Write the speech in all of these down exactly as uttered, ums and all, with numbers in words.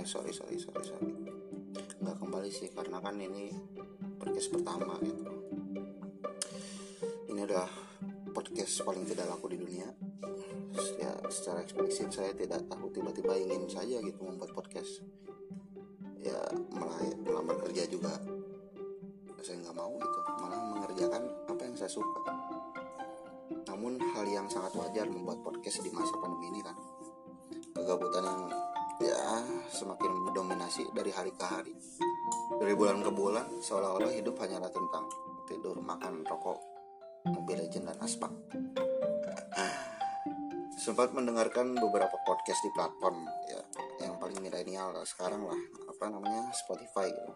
sorry sorry sorry sorry nggak kembali sih, karena kan ini podcast pertama gitu. Ini adalah podcast paling tidak laku di dunia. Ya secara eksplisit saya tidak tahu, tiba-tiba ingin saja gitu membuat podcast. Ya melay- melamar kerja juga saya nggak mau gitu, malah mengerjakan apa yang saya suka. Namun hal yang sangat wajar membuat podcast di masa pandemi ini kan, kegabutan yang ya semakin mendominasi dari hari ke hari, dari bulan ke bulan, seolah-olah hidup hanyalah tentang tidur, makan, rokok, Mobile Legends, dan asbak. Sempat mendengarkan beberapa podcast di platform ya yang paling milenial sekarang lah, apa namanya, Spotify gitu.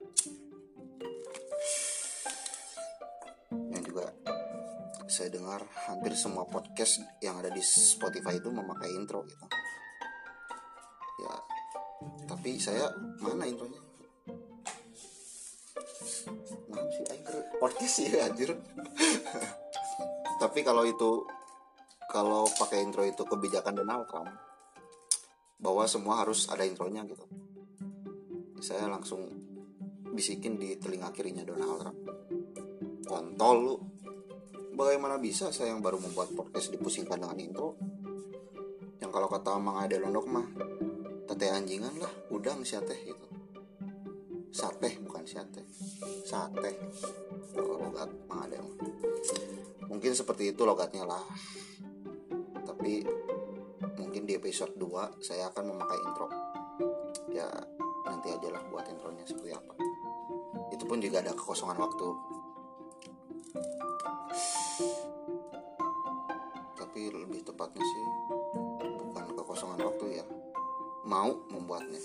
Yang juga saya dengar hampir semua podcast yang ada di Spotify itu memakai intro gitu. Ya, tapi saya mana intronya? Nah sih anjir podcast sih anjir. Tapi kalau itu kalau pakai intro itu kebijakan Donald Trump bahwa semua harus ada intronya gitu, saya langsung bisikin di telinga kirinya Donald Trump, kontol lu, bagaimana bisa saya yang baru membuat podcast dipusingkan dengan intro? Yang kalau kata Mang Ade Londok mah tete anjingan lah, udang siateh gitu. Sateh bukan siateh, sateh kalau logat Mang Ade mah. Mungkin seperti itu logatnya lah. Tapi mungkin di episode dua saya akan memakai intro. Ya nanti aja lah buat intronya seperti apa. Itu pun juga ada kekosongan waktu. Tapi lebih tepatnya sih bukan kekosongan waktu ya, mau membuatnya.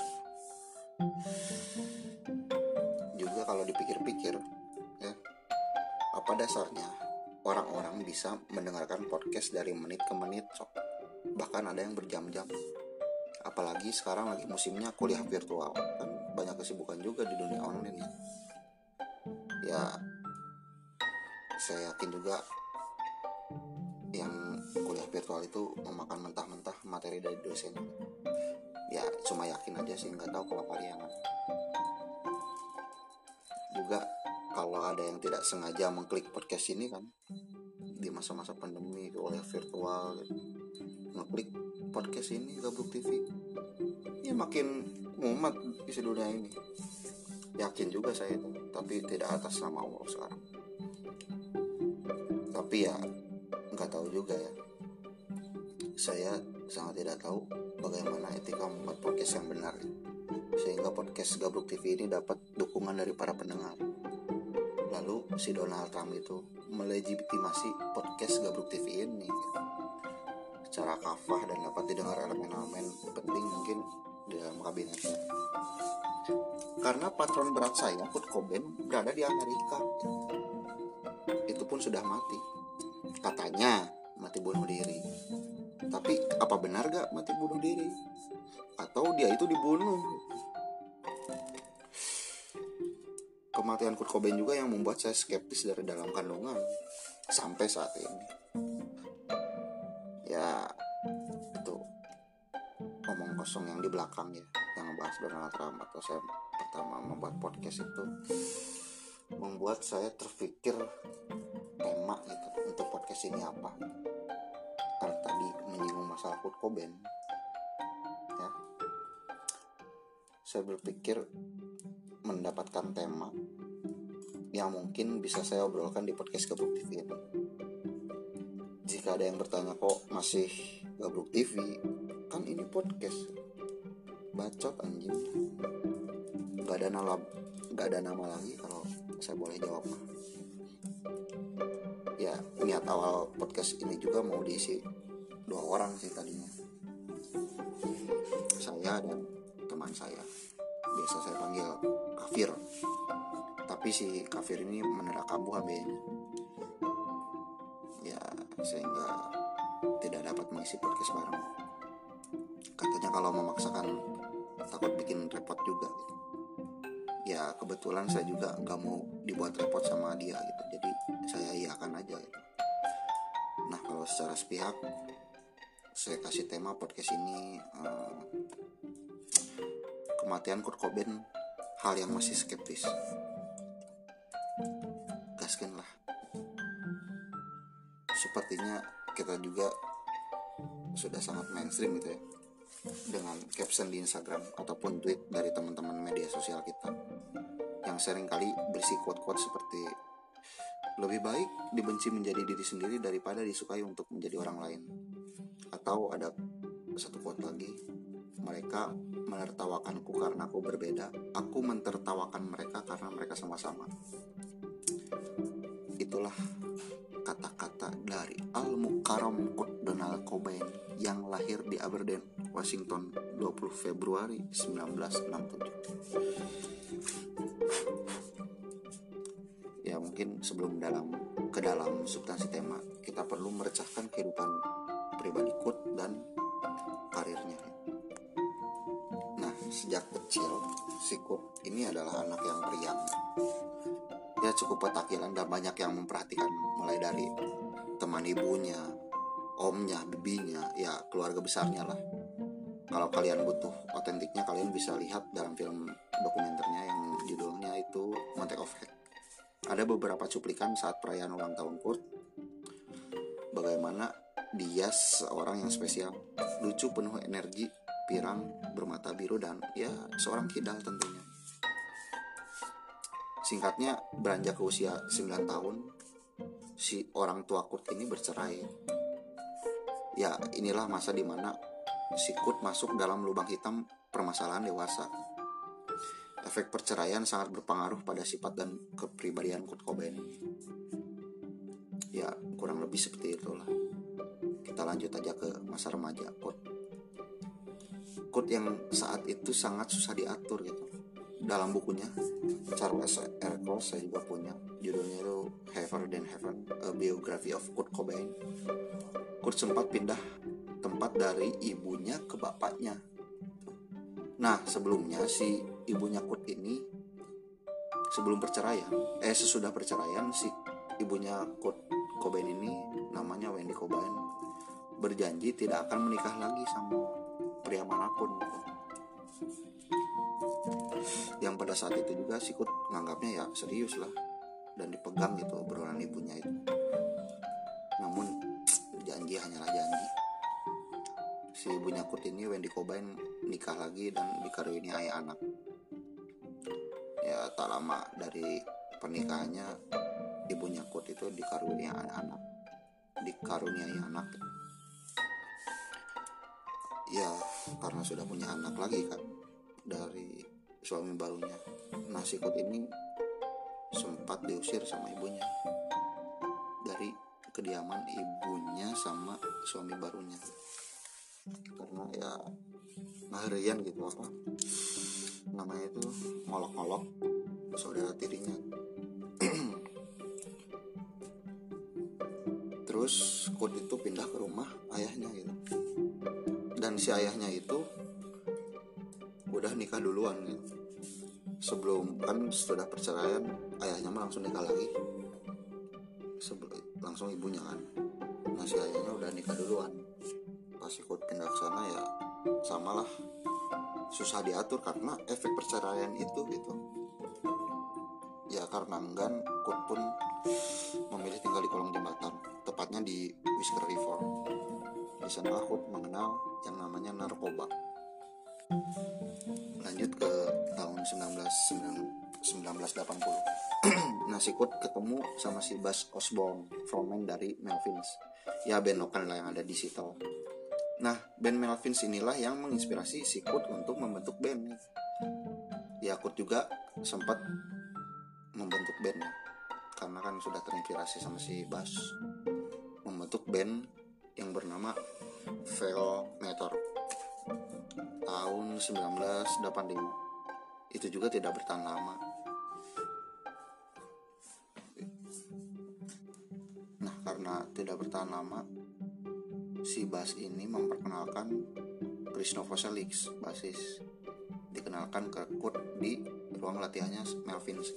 Juga kalau dipikir-pikir ya, apa dasarnya orang-orang bisa mendengarkan podcast dari menit ke menit, sok. Bahkan ada yang berjam-jam. Apalagi sekarang lagi musimnya kuliah virtual, kan banyak kesibukan juga di dunia online ya. Ya saya yakin juga yang kuliah virtual itu memakan mentah-mentah materi dari dosen. Ya cuma yakin aja sih, nggak tahu kalau kalian. Juga kalau ada yang tidak sengaja mengklik podcast ini kan di masa-masa pandemi kuliah virtual gitu, ngeklik podcast ini Gabruk T V, ya makin mumet isi dunia ini. Yakin juga saya itu, tapi tidak atas nama Allah sekarang. Tapi ya nggak tahu juga ya, saya sangat tidak tahu bagaimana etika membuat podcast yang benar, sehingga podcast Gabruk T V ini dapat dukungan dari para pendengar. Lalu si Donald Trump itu melegitimasi podcast Gabruk T V ini secara kafah dan dapat didengar elemen-elemen penting mungkin di dalam kabinetnya. Karena patron berat saya, Kurt Cobain, berada di Amerika. Itu pun sudah mati. Katanya mati bunuh diri. Tapi apa benar gak mati bunuh diri? Atau dia itu dibunuh? Kematian Kurt Cobain juga yang membuat saya skeptis dari dalam kandungan sampai saat ini. Ya itu omong kosong yang di belakang ya, yang ngebahas Donald Trump. Atau saya pertama membuat podcast itu membuat saya terpikir tema gitu untuk podcast ini apa. Karena tadi menyinggung masalah Kurt Cobain ya, saya berpikir mendapatkan tema yang mungkin bisa saya obrolkan di podcast Gabruk T V ini. Jika ada yang bertanya kok masih Gabruk T V, kan ini podcast, bacot anjing. Gak ada nama, gak ada nama lagi kalau saya boleh jawab mah. Ya niat awal podcast ini juga mau diisi dua orang sih tadinya, saya dan teman saya, biasa saya panggil Kafir. Tapi si Kafir ini menerak kambuh H B-nya. Ya sehingga tidak dapat mengisi podcast bareng. Katanya kalau memaksakan takut bikin repot juga gitu. Ya kebetulan saya juga gak mau dibuat repot sama dia gitu, jadi saya iakan aja gitu. Nah kalau secara sepihak saya kasih tema podcast ini, eh, kematian Kurt Cobain hal yang masih skeptis. Gaskin lah. Sepertinya kita juga sudah sangat mainstream gitu ya, dengan caption di Instagram ataupun tweet dari teman-teman media sosial kita yang sering kali berisi quote-quote seperti lebih baik dibenci menjadi diri sendiri daripada disukai untuk menjadi orang lain. Atau ada satu quote lagi, mereka menertawakanku karena aku berbeda, aku mentertawakan mereka karena mereka sama-sama. Itulah kata-kata dari Al-Mukarram Kurt Donald Cobain yang lahir di Aberdeen, Washington dua puluh Februari sembilan belas enam puluh tujuh. Ya mungkin sebelum dalam ke dalam substansi tema, kita perlu merecahkan kehidupan pribadi Kurt dan karirnya. Nah, sejak kecil si Kurt ini adalah anak yang periang. Ya cukup petakilan dan banyak yang memperhatikan, mulai dari teman ibunya, omnya, bibinya, ya keluarga besarnya lah. Kalau kalian butuh otentiknya, kalian bisa lihat dalam film dokumenternya yang judulnya itu Montek of Heck. Ada beberapa cuplikan saat perayaan ulang tahun Kurt, bagaimana dia seorang yang spesial, lucu, penuh energi, pirang, bermata biru, dan ya seorang kidal tentunya. Singkatnya, beranjak ke usia sembilan tahun, si orang tua Kurt ini bercerai. Ya, inilah masa dimana si Kurt masuk dalam lubang hitam permasalahan dewasa. Efek perceraian sangat berpengaruh pada sifat dan kepribadian Kurt Cobain. Ya, kurang lebih seperti itulah. Kita lanjut aja ke masa remaja Kurt. Kurt yang saat itu sangat susah diatur gitu. Dalam bukunya Charles R. Cross saya juga punya, judulnya itu Heaven Than Heaven, A Biography of Kurt Cobain. Kurt sempat pindah tempat dari ibunya ke bapaknya. Nah, sebelumnya si ibunya Kurt ini sebelum perceraian, eh sesudah perceraian si ibunya Kurt Cobain ini namanya Wendy Cobain berjanji tidak akan menikah lagi sama pria manapun gitu. Yang pada saat itu juga si Kurt menganggapnya ya serius lah dan dipegang gitu obrolan ibunya itu. Namun janji hanyalah janji. Si ibunya Kurt ini, Wendy Cobain, nikah lagi dan dikaruniai anak. Ya tak lama dari pernikahannya, ibunya Kurt itu dikaruniai anak, dikaruniai anak. Ya karena sudah punya anak lagi kan dari suami barunya. Nah si Kurt ini sempat diusir sama ibunya dari kediaman ibunya sama suami barunya karena ya ngaharian gitu, apa namanya itu, ngolok-ngolok saudara tirinya. Terus Kurt itu pindah ke rumah ayahnya gitu, dan si ayahnya itu udah nikah duluan gitu. Sebelum kan sudah perceraian, ayahnya mah langsung nikah lagi, Sebelum, langsung ibunya kan. Nah si ayahnya udah nikah duluan. Pas Kurt pindah ke sana ya samalah, susah diatur karena efek perceraian itu gitu. Ya karena enggan, Kurt pun memilih tinggal di kolong jembatan, tepatnya di Whisker River. Di sana Kurt mengenal yang namanya narkoba. Lanjut ke tahun sembilan belas delapan puluh. Nah si Kurt ketemu sama si Buzz Osborne, frontman dari Melvins. Ya band lokal lah yang ada di Seattle. Nah band Melvins inilah yang menginspirasi si Kurt untuk membentuk band. Ya Kurt juga sempat membentuk band ya, karena kan sudah terinspirasi sama si Buzz, membentuk band yang bernama Velmetor tahun sembilan belas delapan puluh lima. Itu juga tidak bertahan lama. Nah karena tidak bertahan lama, si Buzz ini memperkenalkan Chris Novoselic, basis, dikenalkan ke Kurt di ruang latihannya Melvins.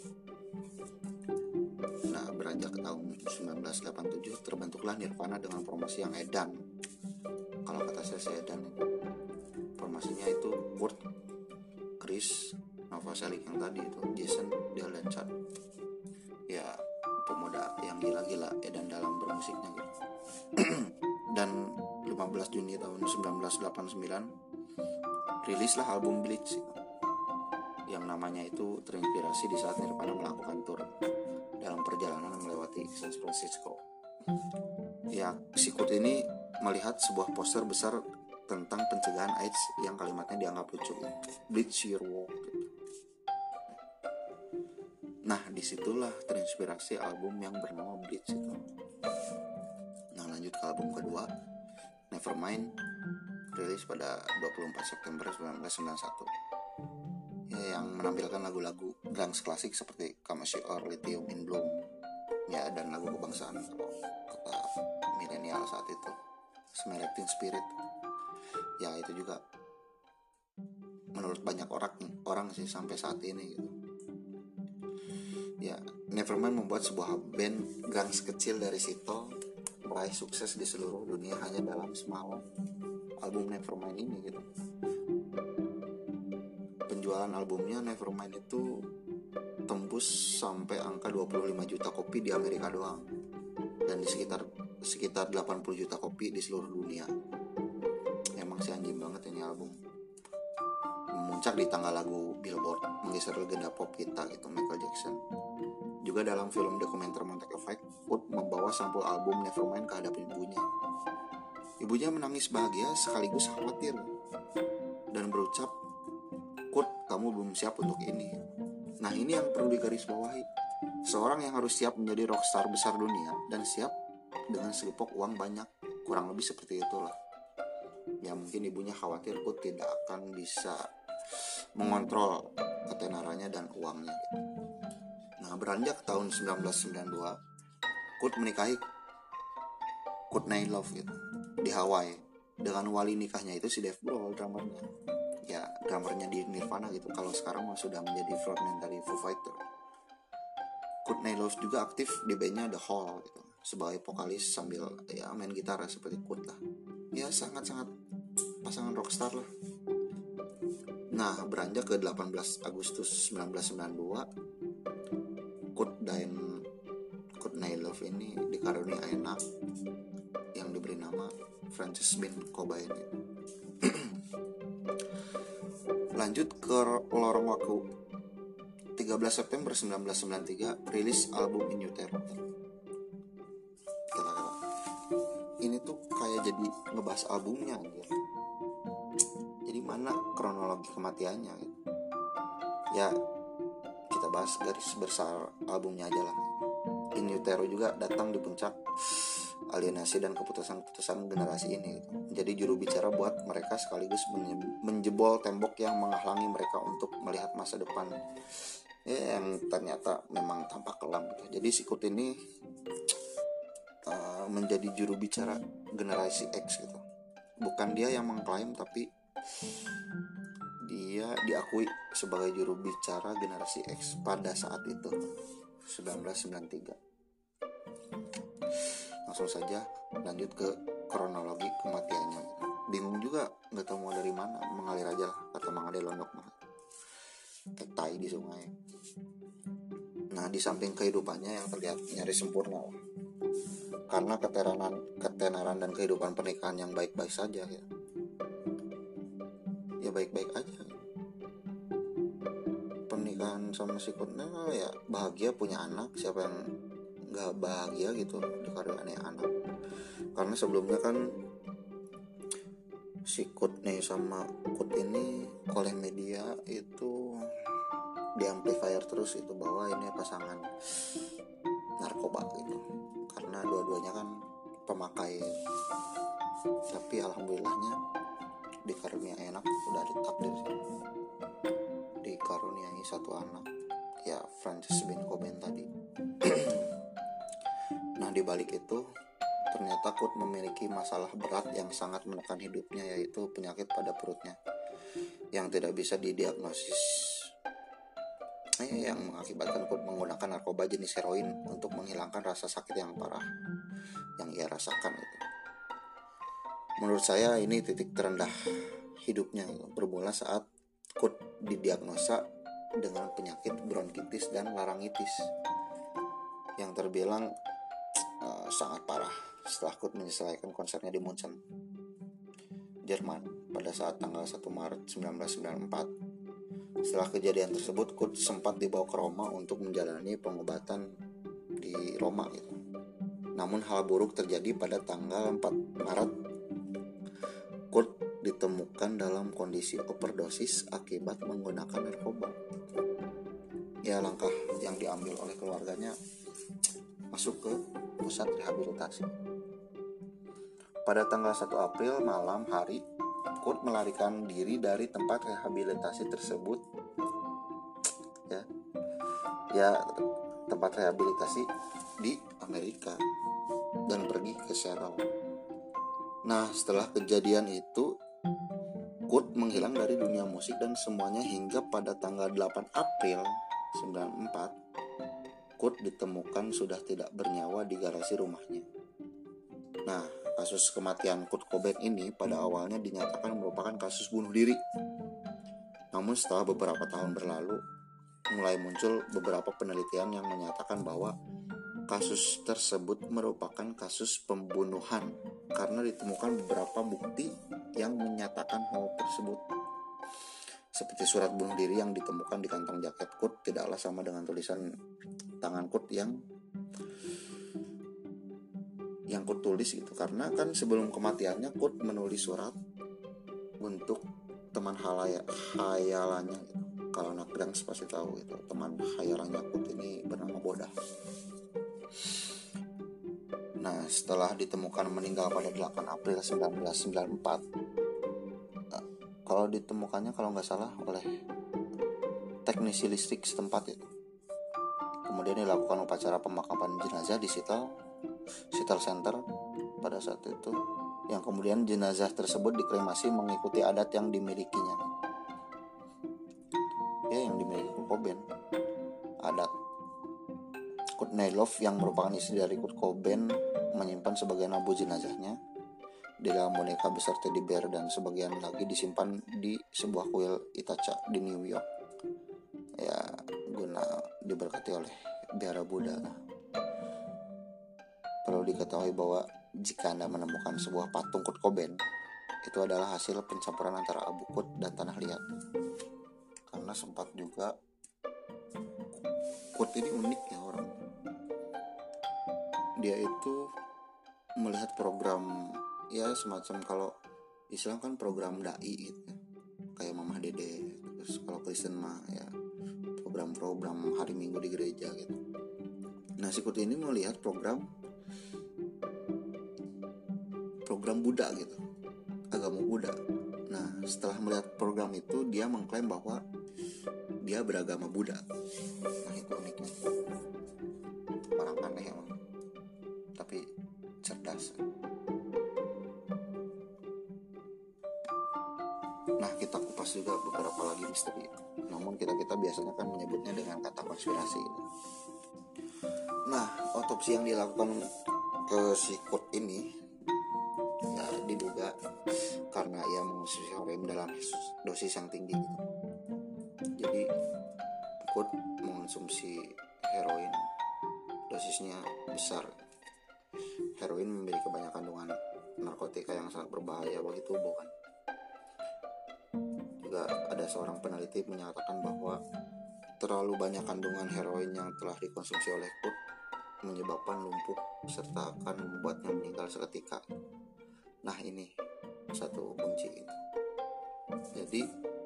Nah beranjak ke tahun sembilan belas delapan puluh tujuh terbentuklah Nirvana dengan formasi yang edan. Kalau kata saya, saya edan. Formasinya itu Kurt, gitaris Novoselic yang tadi itu, Jason Delenchard. Ya pemuda yang gila-gila ya dan dalam bermusiknya gitu. Dan lima belas Juni tahun sembilan belas delapan puluh sembilan rilislah album Bleach yang namanya itu terinspirasi di saat Nirvana melakukan tour dalam perjalanan melewati San Francisco. Ya, si Kurt ini melihat sebuah poster besar tentang pencegahan AIDS yang kalimatnya dianggap lucu, Bleach Your Walk. Nah, disitulah terinspirasi album yang bernama Bleach itu. Nah, lanjut ke album kedua, Nevermind, rilis pada dua puluh empat September sembilan belas sembilan puluh satu. Ya, yang menampilkan lagu-lagu grunge klasik seperti Come As You Are, Lithium in Bloom, ya, dan lagu kebangsaan kalau kata milenial saat itu, Smell Like Teen Spirit. Ya, itu juga menurut banyak orang orang sih sampai saat ini gitu. Ya, Nevermind membuat sebuah band grunge kecil dari Seattle meraih sukses di seluruh dunia hanya dalam semalam album Nevermind ini gitu. Penjualan albumnya Nevermind itu tembus sampai angka dua puluh lima juta kopi di Amerika doang, dan di sekitar sekitar delapan puluh juta kopi di seluruh dunia. Emang sih anjing banget ini album. Memuncak di tangga lagu Billboard, menggeser legenda pop kita gitu, Michael Jackson. Juga dalam film dokumenter Montek Effect, Kurt membawa sampul album Nevermind ke hadapan ibunya. Ibunya menangis bahagia sekaligus khawatir dan berucap, "Kurt, kamu belum siap untuk ini." Nah, ini yang perlu digarisbawahi. Seorang yang harus siap menjadi rockstar besar dunia dan siap dengan segepok uang banyak, kurang lebih seperti itulah. Ya, mungkin ibunya khawatir Kurt tidak akan bisa mengontrol ketenarannya dan uangnya gitu. Nah, beranjak tahun sembilan belas sembilan puluh dua, Kurt menikahi Courtney Love gitu di Hawaii dengan wali nikahnya itu si Dave Grohl, drummernya. Ya, drummernya di Nirvana gitu. Kalau sekarang mah sudah menjadi frontman dari Foo Fighter. Courtney Love juga aktif di bandnya The Hall gitu, sebagai vokalis sambil ya main gitar seperti Kurt lah. Ya, sangat-sangat pasangan rockstar lah. Nah, beranjak ke delapan belas Agustus sembilan belas sembilan puluh dua, Kurt dan Courtney Love ini dikaruniai anak yang diberi nama Frances Bean Cobain. Lanjut ke lorong waktu, tiga belas September sembilan belas sembilan puluh tiga rilis album In Utero. Kata-kata ini tuh kayak jadi ngebahas albumnya gitu. Jadi mana kronologi kematiannya gitu. Ya, kita bahas garis besar albumnya aja lah. In Utero juga datang di puncak alienasi dan keputusan-keputusan generasi ini gitu. Jadi juru bicara buat mereka sekaligus menjebol tembok yang menghalangi mereka untuk melihat masa depan ya, yang ternyata memang tampak kelam gitu. Jadi si Kurt ini uh, menjadi juru bicara generasi X gitu. Bukan dia yang mengklaim, tapi dia diakui sebagai juru bicara generasi X pada saat itu, sembilan belas sembilan puluh tiga. Langsung saja lanjut ke kronologi kematiannya. Bingung juga, nggak tahu mau dari mana, mengalir aja lah, kata Mang Ade Londok mah, kayak tai di sungai. Nah, di samping kehidupannya yang terlihat nyaris sempurna lah, karena ketenaran, ketenaran dan kehidupan pernikahan yang baik-baik saja ya, ya baik-baik aja. Pernikahan sama si Kutna ya bahagia, punya anak, siapa yang nggak bahagia gitu dikaruniai anak. Karena sebelumnya kan si Courtney sama Kurt ini oleh media itu di amplifier terus itu bahwa ini pasangan narkoba gitu, karena dua-duanya kan pemakai. Tapi alhamdulillahnya dikaruniai anak, udah ditakdir sih, dikaruniai satu anak ya, Frances Bean Cobain tadi. Nah, di balik itu ternyata Kurt memiliki masalah berat yang sangat menekan hidupnya, yaitu penyakit pada perutnya yang tidak bisa didiagnosis, eh, yang mengakibatkan Kurt menggunakan narkoba jenis heroin untuk menghilangkan rasa sakit yang parah yang ia rasakan itu. Menurut saya ini titik terendah hidupnya gitu. Bermula saat Kurt didiagnosa dengan penyakit bronkitis dan larangitis yang terbilang uh, sangat parah setelah Kurt menyelesaikan konsernya di Munchen, Jerman pada saat tanggal satu Maret seribu sembilan ratus sembilan puluh empat. Setelah kejadian tersebut, Kurt sempat dibawa ke Roma untuk menjalani pengobatan di Roma gitu. Namun hal buruk terjadi pada tanggal empat Maret. Kurt ditemukan dalam kondisi overdosis akibat menggunakan narkoba. Ya, langkah yang diambil oleh keluarganya masuk ke pusat rehabilitasi. Pada tanggal satu April malam hari, Kurt melarikan diri dari tempat rehabilitasi tersebut. Ya, ya tempat rehabilitasi di Amerika dan pergi ke Seattle. Nah, setelah kejadian itu, Kurt menghilang dari dunia musik dan semuanya hingga pada tanggal delapan April sembilan puluh empat, Kurt ditemukan sudah tidak bernyawa di garasi rumahnya. Nah, kasus kematian Kurt Cobain ini pada awalnya dinyatakan merupakan kasus bunuh diri. Namun setelah beberapa tahun berlalu, mulai muncul beberapa penelitian yang menyatakan bahwa kasus tersebut merupakan kasus pembunuhan karena ditemukan beberapa bukti yang menyatakan hal tersebut. Seperti surat bunuh diri yang ditemukan di kantong jaket Kurt tidaklah sama dengan tulisan tangan Kurt yang yang Kurt tulis gitu. Karena kan sebelum kematiannya Kurt menulis surat untuk teman halaya, hayalannya gitu. Kalau anak Grangs pasti tahu itu, teman hayalannya Kurt ini bernama Bodah. Nah, setelah ditemukan meninggal pada delapan April seribu sembilan ratus sembilan puluh empat, nah, kalau ditemukannya kalau nggak salah oleh teknisi listrik setempat itu. Kemudian dilakukan upacara pemakaman jenazah di Seattle, Seattle Center pada saat itu, yang kemudian jenazah tersebut dikremasi mengikuti adat yang dimilikinya. Ya, yang dimiliki Kurt Cobain, adat. Courtney Love yang merupakan istri dari Kurt Cobain menyimpan sebagian abu jenazahnya di dalam boneka besar teddy bear dan sebagian lagi disimpan di sebuah kuil Itacha di New York. Ya, guna diberkati oleh biara Buddha. Perlu diketahui bahwa jika Anda menemukan sebuah patung Kurt Cobain, itu adalah hasil pencampuran antara abu Kurt dan tanah liat. Karena sempat juga Kurt ini unik ya orang. Dia itu melihat program ya semacam kalau Islam kan program dai gitu ya. Kayak Mamah Dede. Terus kalau Kristen mah ya program-program hari Minggu di gereja gitu. Nah, si Kurt ini melihat program program Buddha gitu. Agama Buddha. Nah, setelah melihat program itu dia mengklaim bahwa dia beragama Buddha. Nah, itu uniknya. Orang aneh emang, tapi cerdas. Nah, kita kupas juga beberapa lagi misteri. Namun kita-kita biasanya kan menyebutnya dengan kata konspirasi. Nah, otopsi yang dilakukan ke si Kurt ini ya diduga karena ia mengonsumsi heroin dalam dosis yang tinggi gitu. Jadi Kurt mengonsumsi heroin dosisnya besar. Heroin memiliki banyak kandungan narkotika yang sangat berbahaya bagi tubuh kan. Juga ada seorang peneliti menyatakan bahwa terlalu banyak kandungan heroin yang telah dikonsumsi oleh Kurt menyebabkan lumpuh serta akan membuatnya meninggal seketika. Nah, ini satu kunci itu. Jadi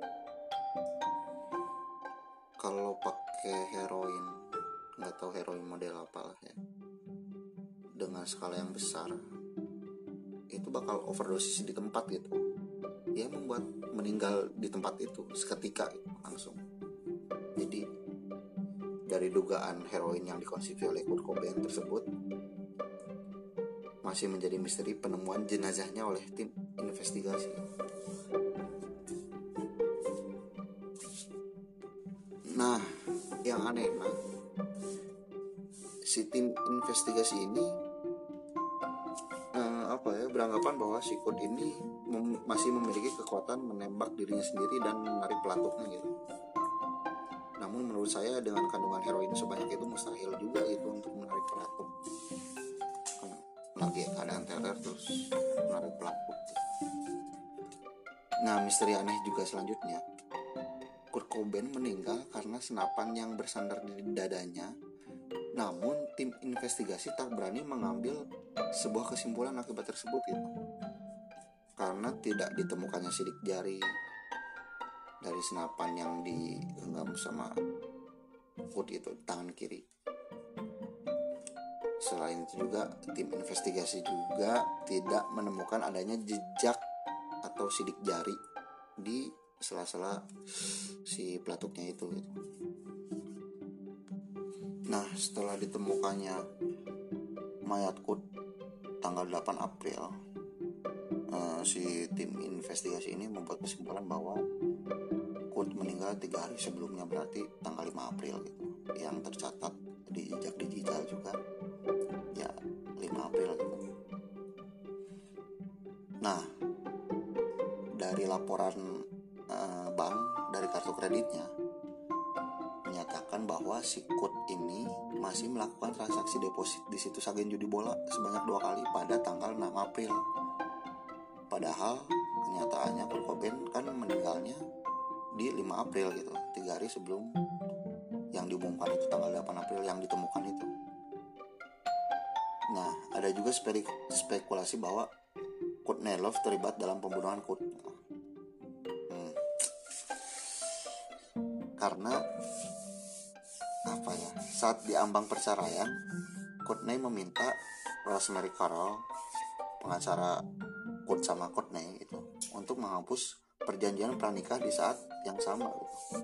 kalau pakai heroin, nggak tahu heroin model apa lah ya, dengan skala yang besar, itu bakal overdosis di tempat gitu. Dia membuat meninggal di tempat itu seketika gitu, langsung. Jadi dari dugaan heroin yang dikonsumsi oleh Kurt Cobain tersebut masih menjadi misteri penemuan jenazahnya oleh tim investigasi. Nah, yang aneh, nah, si tim investigasi ini eh, apa apa ya beranggapan bahwa si Kurt ini mem- masih memiliki kekuatan menembak dirinya sendiri dan menarik pelatuknya gitu. Namun menurut saya dengan kandungan heroin sebanyak itu mustahil juga itu untuk menarik pelatuk. Lagi keadaan teror terus menarik pelatuk. Nah, misteri aneh juga selanjutnya, Kurt Cobain meninggal karena senapan yang bersandar di dadanya. Namun tim investigasi tak berani mengambil sebuah kesimpulan akibat tersebut gitu. Karena tidak ditemukannya sidik jari dari senapan yang digenggam sama Kurt itu tangan kiri. Selain itu juga tim investigasi juga tidak menemukan adanya jejak atau sidik jari di sela-sela si pelatuknya itu gitu. Nah, setelah ditemukannya mayat Kurt tanggal delapan April, uh, si tim investigasi ini membuat kesimpulan bahwa Kurt meninggal tiga hari sebelumnya, berarti tanggal lima April gitu. Yang tercatat di jejak digital juga ya lima April gitu. Nah, dari laporan uh, bank dari kartu kreditnya menyatakan bahwa si Kurt ini masih melakukan transaksi deposit di situs agen judi bola sebanyak dua kali pada tanggal enam April. Padahal kenyataannya Kurt Cobain kan meninggalnya di lima April gitu, tiga hari sebelum yang diumumkan itu tanggal delapan April yang ditemukan itu. Nah, ada juga spekulasi bahwa Courtney Love terlibat dalam pembunuhan Kurt. Hmm. Karena apa ya? Saat di ambang perceraian, Courtney meminta Rosemary Carroll, pengacara Kurt sama Courtney itu, untuk menghapus perjanjian pranikah di saat yang sama gitu.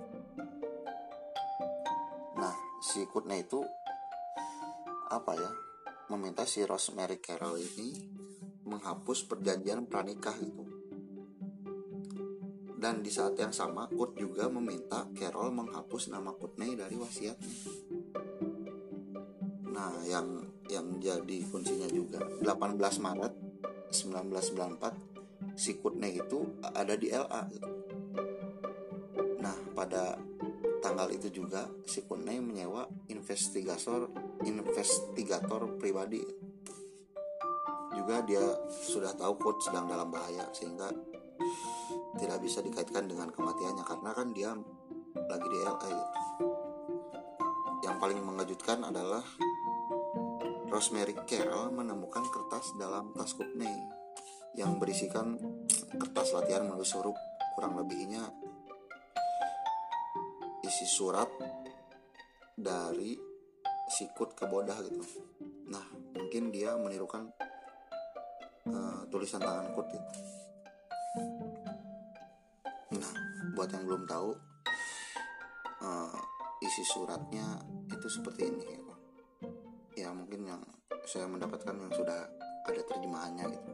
Nah, si Courtney itu apa ya? Meminta si Rosemary Carroll ini menghapus perjanjian pranikah itu. Dan di saat yang sama Kurt juga meminta Carroll menghapus nama Courtney dari wasiatnya. Nah, yang yang jadi kuncinya juga delapan belas Maret seribu sembilan ratus sembilan puluh empat si Courtney itu ada di L A gitu. Nah, pada tanggal itu juga si Courtney menyewa investigator investigator pribadi. Juga dia sudah tahu Kurt sedang dalam bahaya sehingga tidak bisa dikaitkan dengan kematiannya karena kan dia lagi di L A gitu. Yang paling mengejutkan adalah Rosemary Carroll menemukan kertas dalam tas Courtney yang berisikan kertas latihan menulis huruf, kurang lebihnya isi surat dari si Kurt ke Bodah gitu. Nah, mungkin dia menirukan uh, tulisan tangan Kurt gitu. Nah, buat yang belum tahu, uh, isi suratnya itu seperti ini ya. Ya mungkin yang saya mendapatkan yang sudah ada terjemahannya gitu.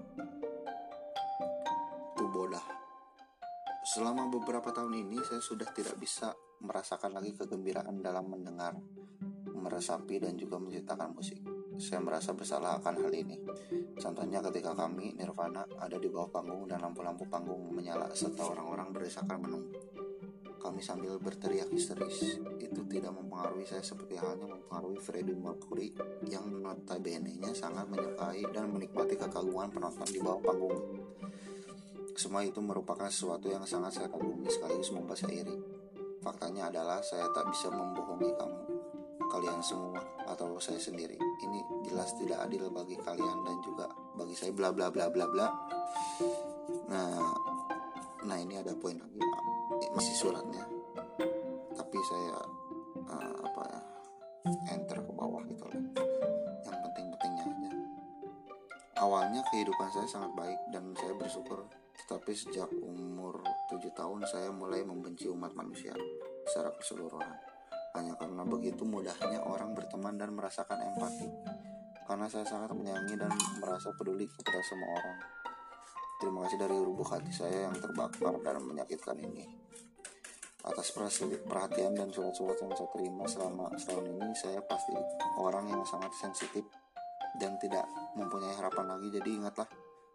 Tu Bodah. Selama beberapa tahun ini saya sudah tidak bisa merasakan lagi kegembiraan dalam mendengar, meresapi dan juga menciptakan musik. Saya merasa bersalah akan hal ini. Contohnya ketika kami Nirvana ada di bawah panggung dan lampu-lampu panggung menyala serta orang-orang berdesakan menunggu. Kami sambil berteriak histeris. Itu tidak mempengaruhi saya seperti halnya mempengaruhi Freddie Mercury yang notabene-nya sangat menyukai dan menikmati kekaguman penonton di bawah panggung. Semua itu merupakan sesuatu yang sangat saya kagumi sekaligus membasairi. Faktanya adalah saya tak bisa membohongi kamu, kalian semua, atau saya sendiri. Ini jelas tidak adil bagi kalian dan juga bagi saya bla bla bla bla bla. Nah, nah ini ada poin lagi, masih suratnya. Tapi saya uh, apa ya enter ke bawah gitu lah. Yang penting-pentingnya aja. Awalnya kehidupan saya sangat baik dan saya bersyukur. Tetapi sejak umur tujuh tahun saya mulai membenci umat manusia secara keseluruhan. Hanya karena begitu mudahnya orang berteman dan merasakan empati. Karena saya sangat menyayangi dan merasa peduli kepada semua orang. Terima kasih dari lubuk hati saya yang terbakar dan menyakitkan ini. Atas perhatian dan surat-surat yang saya terima selama setahun ini, saya pasti orang yang sangat sensitif dan tidak mempunyai harapan lagi. Jadi ingatlah,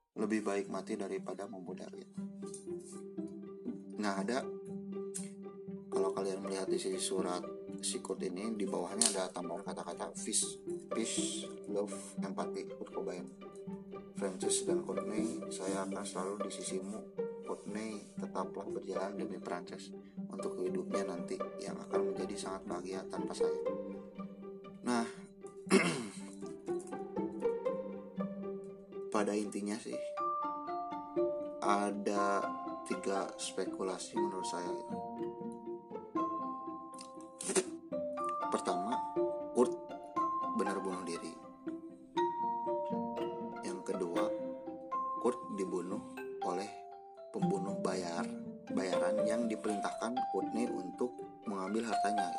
lebih baik mati daripada membudak gitu. Nah ada, kalau kalian melihat di sisi surat si Kurt ini, di bawahnya ada tambahan kata-kata peace, peace, love, empathy, Kurt Cobain, Frances dan Courtney, saya akan selalu di sisimu. Courtney, tetaplah berjalan demi Frances untuk hidupnya nanti yang akan menjadi sangat bahagia tanpa saya. Nah, pada intinya sih ada tiga spekulasi menurut saya. Pertama, Kurt benar bunuh diri. Yang kedua, Kurt dibunuh oleh pembunuh bayar bayaran yang diperintahkan Courtney untuk mengambil hartanya.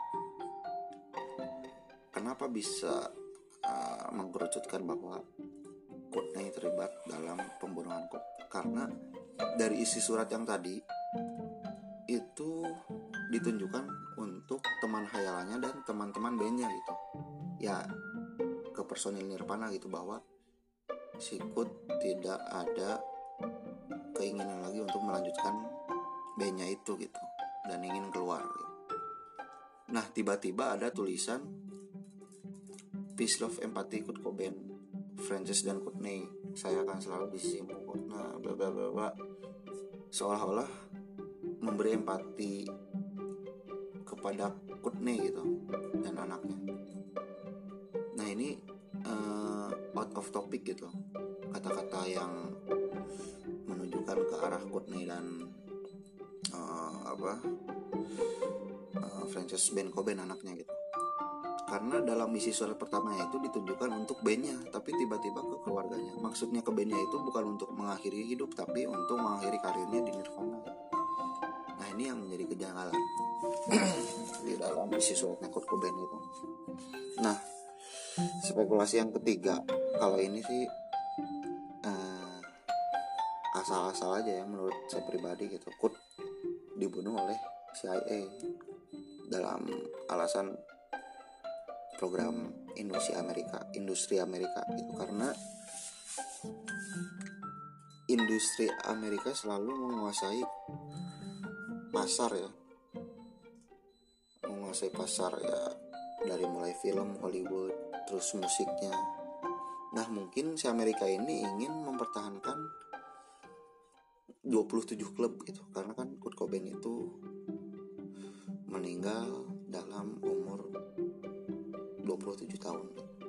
Kenapa bisa uh, mengkerucutkan bahwa Courtney terlibat dalam pembunuhan Kurt? Karena dari isi surat yang tadi itu ditunjukkan untuk teman hayalannya dan teman-teman bandnya gitu ya, ke personil Nirvana gitu, bahwa si Kurt tidak ada keinginan lagi untuk melanjutkan bandnya itu gitu dan ingin keluar gitu. Nah tiba-tiba ada tulisan peace, love, empathy, Kurt Cobain, Frances dan Courtney, saya akan selalu di sisimu. Nah bla bla bla bla, seolah-olah memberi empati kepada Courtney gitu dan anaknya. Nah ini uh, out of topic gitu, kata-kata yang menunjukkan ke arah Courtney dan uh, apa uh, Frances Ben Cobain anaknya gitu. Karena dalam isi surat pertamanya itu ditunjukkan untuk bandnya, tapi tiba-tiba ke keluarganya. Maksudnya ke bandnya itu bukan untuk mengakhiri hidup, tapi untuk mengakhiri karirnya di Nirvana. Nah ini yang menjadi kejanggalan di dalam isi suratnya Kurt Cobain itu. Nah spekulasi yang ketiga, kalau ini sih uh, asal-asal aja ya menurut saya pribadi gitu. Kurt dibunuh oleh C I A dalam alasan program industri Amerika, industri Amerika itu, karena industri Amerika selalu menguasai pasar ya, menguasai pasar ya, dari mulai film Hollywood terus musiknya. Nah mungkin si Amerika ini ingin mempertahankan dua puluh tujuh klub gitu, karena kan Kurt Cobain itu meninggal dalam umur dua puluh tujuh tahun.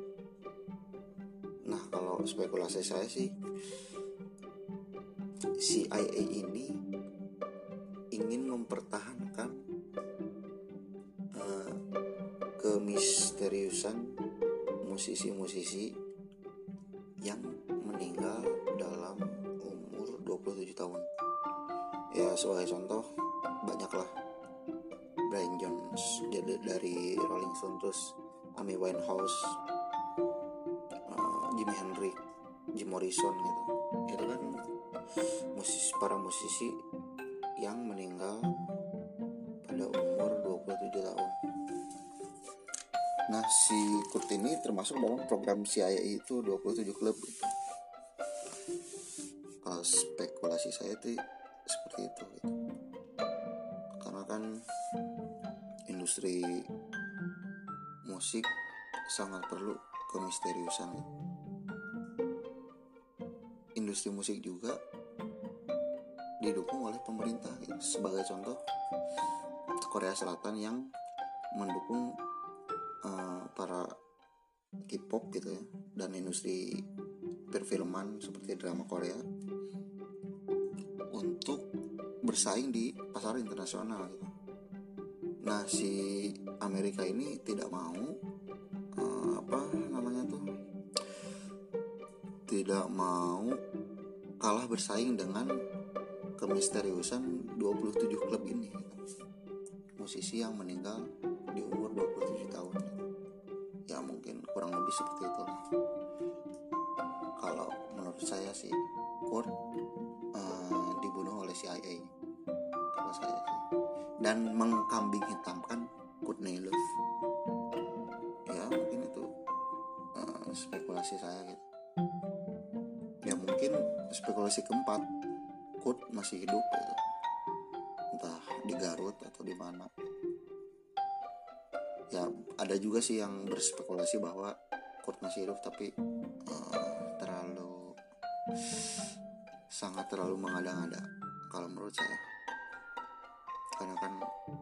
Nah kalau spekulasi saya sih C I A ini ingin mempertahankan uh, kemisteriusan musisi-musisi yang meninggal dalam umur dua puluh tujuh tahun. Ya sebagai contoh banyaklah Brian Jones dari Rolling Stones, terus Amy Winehouse, uh, Jimi Hendrix, Jim Morrison gitu. Itu kan musisi, para musisi yang meninggal pada umur dua puluh tujuh tahun. Nah si Kurt ini termasuk dalam program C I A itu dua puluh tujuh klub gitu. Kalau spekulasi saya itu seperti itu gitu. Karena kan industri musik sangat perlu kemisteriusan. Industri musik juga didukung oleh pemerintah gitu. Sebagai contoh Korea Selatan yang mendukung uh, para K-pop gitu ya, dan industri perfilman seperti drama Korea untuk bersaing di pasar internasional gitu. Nah si Amerika ini tidak mau uh, apa namanya tuh tidak mau kalah bersaing dengan kemisteriusan dua puluh tujuh klub ini gitu. Musisi yang meninggal di umur dua puluh tujuh tahun gitu. Ya mungkin kurang lebih seperti itu lah. Kalau menurut saya sih Kurt uh, dibunuh oleh C I A kalau saya sih, dan mengkambing hitamkan Courtney Love. Ya mungkin itu uh, spekulasi saya gitu. Ya mungkin spekulasi keempat, Kurt masih hidup gitu. Entah di Garut atau di mana. Ya ada juga sih yang berspekulasi bahwa Kurt masih hidup, tapi uh, terlalu sangat terlalu mengada-ngada kalau menurut saya. Karena kan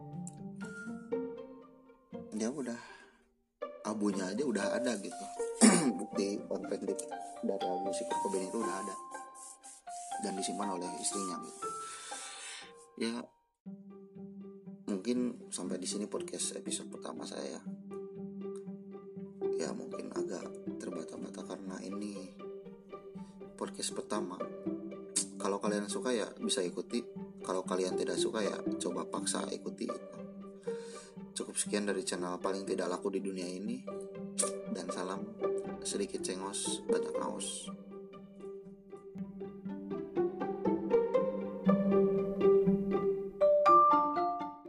dia udah abunya aja udah ada gitu. Bukti konflik dari abu si Kurt Cobain itu udah ada dan disimpan oleh istrinya gitu. Ya mungkin sampai di sini podcast episode pertama saya. Ya mungkin agak terbata-bata karena ini podcast pertama. Kalau kalian suka ya bisa ikuti, kalau kalian tidak suka ya coba paksa ikuti gitu. Cukup sekian dari channel paling tidak laku di dunia ini, dan salam sedikit cengos banyak naos.